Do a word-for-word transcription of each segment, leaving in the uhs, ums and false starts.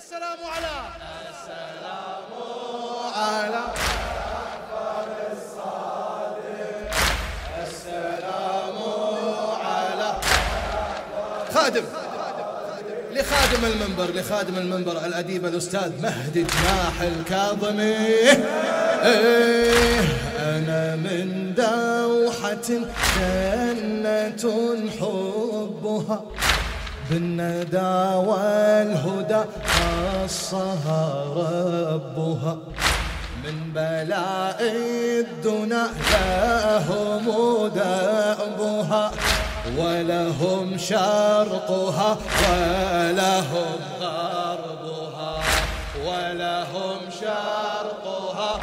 السلام على السلام على جعفر الصادق، السلام على خادم لخادم المنبر لخادم المنبر الأديب الأستاذ مهدي جناح الكاظمي. إيه أنا من دوحة جنة حبها بالندى والهدى خصها ربها، من بلاء الدنا لهم دأبها ولهم شرقها ولهم غربها ولهم شرقها.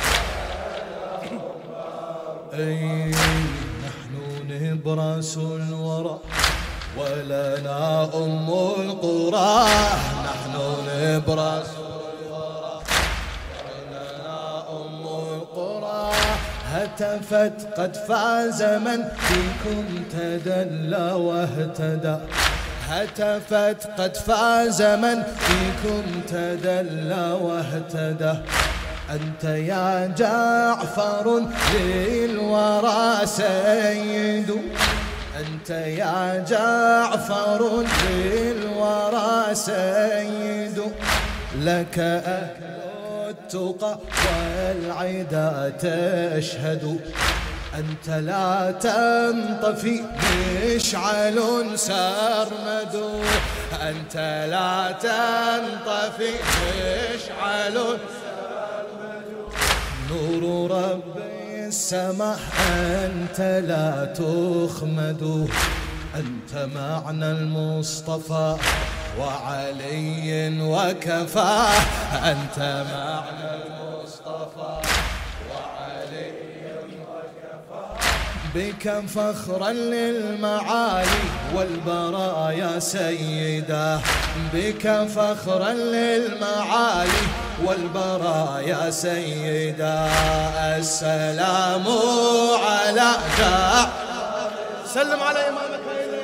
أي نحن نبرس الورى ولنا أم القرى، نحن نبرس الورى ولنا أم القرى. هتفت قد فاز من فيكم تدلى واهتدى، هتفت قد فاز من فيكم تدلى واهتدى. أنت يا جعفر للورى سيد، أنت يا جعفر للورى سيد، لك أهل التقى والعدا تشهد. أنت لا تنطفي مشعل سرمد، أنت لا تنطفي مشعل سرمد. نور ربي السماء أنت لا تخمد، أنت معنى المصطفى وعلي وكفاه، أنت معنى المصطفى وعلي وكفاه. بك فخرا للمعالي والبرايا سيدا، بك فخرا للمعالي والبرايا سيدا. السلام على جعفر، سلم على إمامك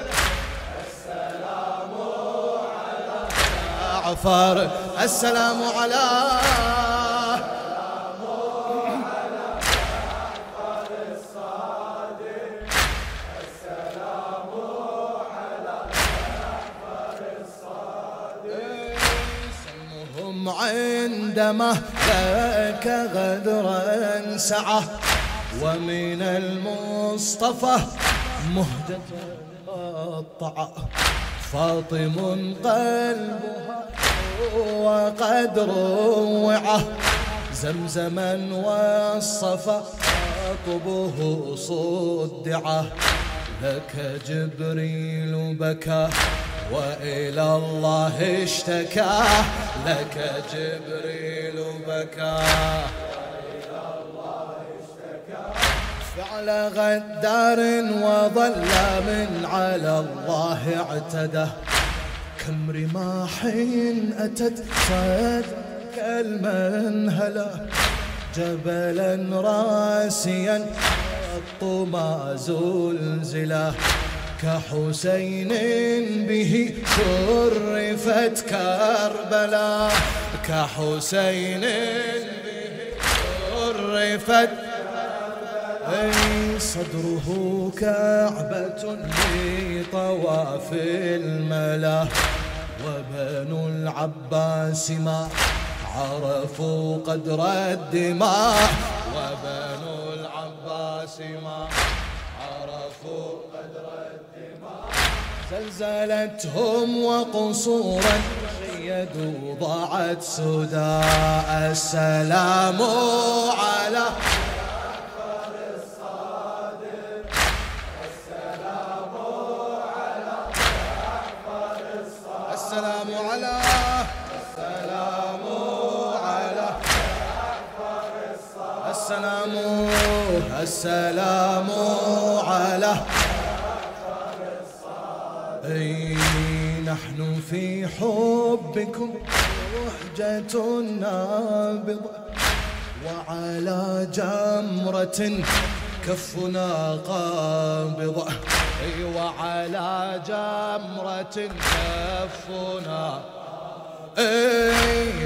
السلام على جعفر، السلام على جعفر الصادق، السلام على جعفر الصادق. سمهم عندما لك غدرا سعة، ومن المصطفى مهجة قطع. فاطم قلبها وقد روعه، زمزما والصفا قطبه صدعه. لك جبريل بكى وإلى الله اشتكى، لك جبريل بكى وإلى الله اشتكى. فعل غدار وظلام على الله اعتدى، كم رماح أتت صدك المنهلة. جبلا راسيا الطما زلزلا، كحسين به شرفت كربلا، كحسين به شرفت. أي صدره كعبة لطواف الملا، وبنو العباس ما عرفوا قدر الدماء، وبنو العباس ما عرفوا قدر الدماء. زلزلتهم وقصورا شيدوا ضاعت سدى. السلام على جعفر الصادق، السلام على جعفر الصادق، السلام على السلام على جعفر الصادق، السلام السلام على جعفر الصادق. أي نحن في حبكم وحجة نابضة، وعلى جمرة كفنا قابضة. أي وعلى جمرة كفنا. أي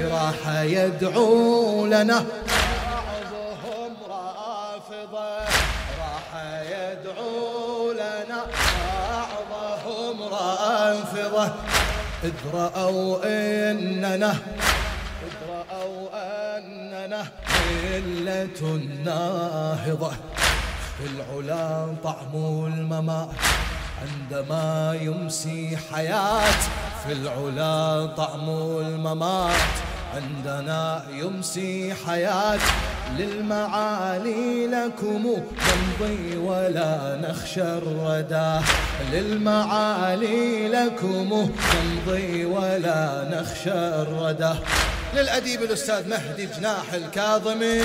يدعو لنا بعضهم رافضة، راح يدعو لنا بعضهم رافضة، إذ رأوا إننا إذ رأوا أننا ملة ناهضة، في العلا طعم الممات عندما يمسي حياة، في العلا طعم الممات عندنا يمسي حياة، للمعالي لكم نمضي ولا نخشى الردى، للمعالي لكم نمضي ولا نخشى الردى. للأديب الأستاذ مهدي جناح الكاظمي،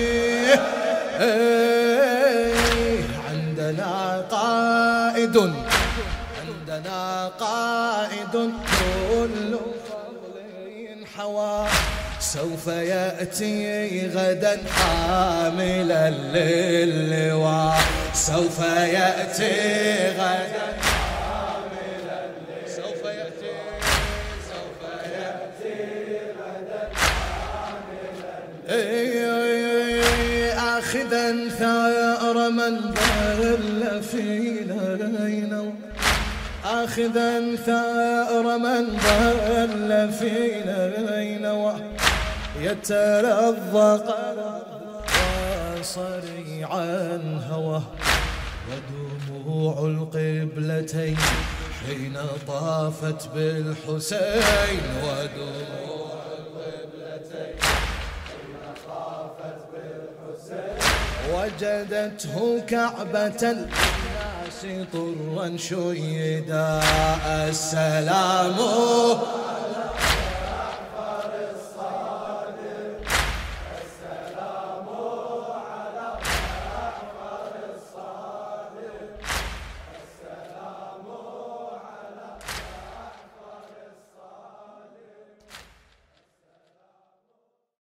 عندنا قائد عندنا قائد كل فضل حوى، سوف يأتي غدا حاملا للواء، سوف يأتي غدا حاملا للواء، سوف يأتي سوف يأتي غدا حاملا للواء، آخذا ثأر من ضل فينا لينا، آخذا ثأر من ضل فينا لينا، يتلظى وصريعا هوى، ودموع القبلتين حين طافت بالحسين، ودموع القبلتين حين طافت بالحسين، وجدته كعبة الناس طرا شيدا، السلام